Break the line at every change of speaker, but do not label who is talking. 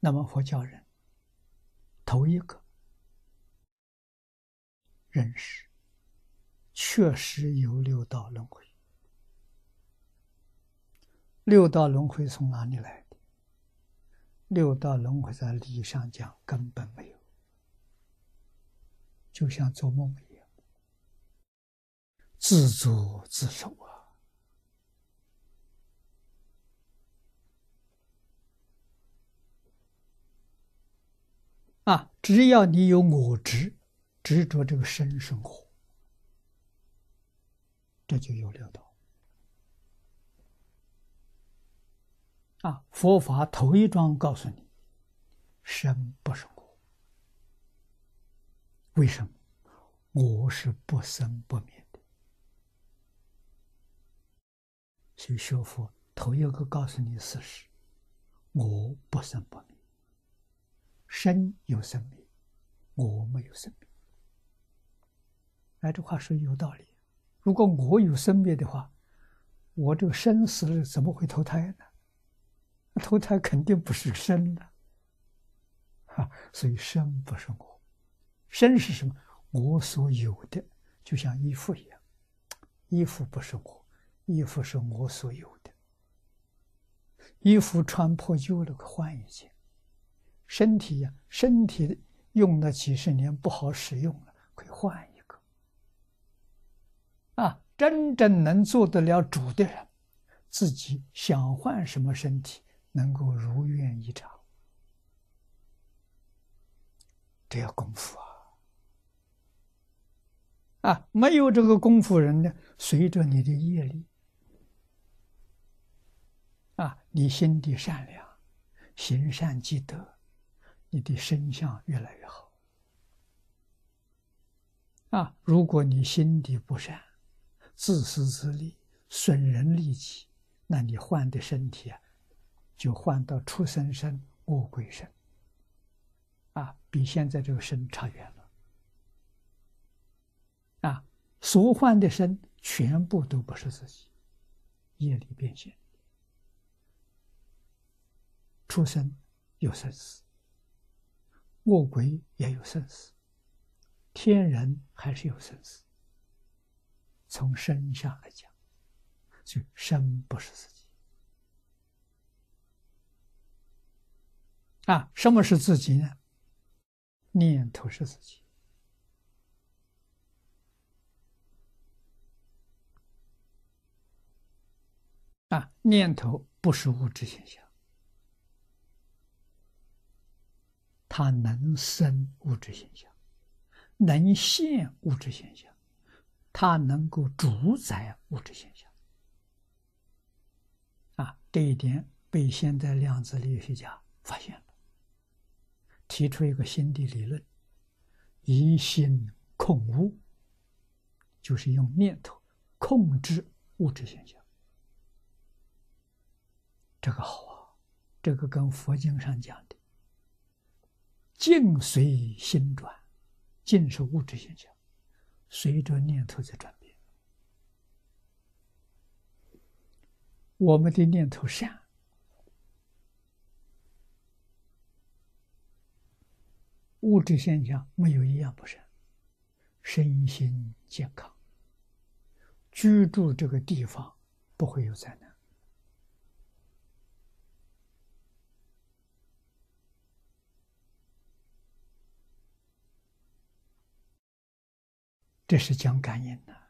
那么佛教人头一个认识，确实有六道轮回。六道轮回从哪里来的？六道轮回在理上讲根本没有，就像做梦一样，自作自受只要你有我执，执着这个身生活，这就有六道。佛法头一桩告诉你，生不是我。为什么？我是不生不灭的。所以学佛头一个告诉你事实，我不生不灭。生有生灭，我没有生灭。这话说有道理。如果我有生灭的话，我这个生死了怎么会投胎呢？投胎肯定不是生的所以生不是我。生是什么？我所有的，就像衣服一样，衣服不是我，衣服是我所有的。衣服穿破旧了，换一件。身体呀，身体用了几十年不好使用了，可以换一个。真正能做得了主的人，自己想换什么身体，能够如愿以偿。这要功夫没有这个功夫人呢，随着你的业力你心地善良，行善积德，你的身相越来越好如果你心地不善，自私自利，损人利己，那你换的身体就换到畜生身、恶鬼身比现在这个身差远了所换的身全部都不是自己，业力变现。畜生有生死，恶鬼也有生死，天人还是有生死。从身上来讲，所以身不是自己什么是自己呢？念头是自己念头不是物质现象，它能生物质现象，能现物质现象，它能够主宰物质现象这一点被现代量子力学家发现了，提出一个新的理论，疑心控物，就是用念头控制物质现象。这个好这个跟佛经上讲的境随心转，境是物质现象，随着念头在转变。我们的念头善，物质现象没有一样不善，身心健康，居住这个地方不会有灾难。这是讲感应的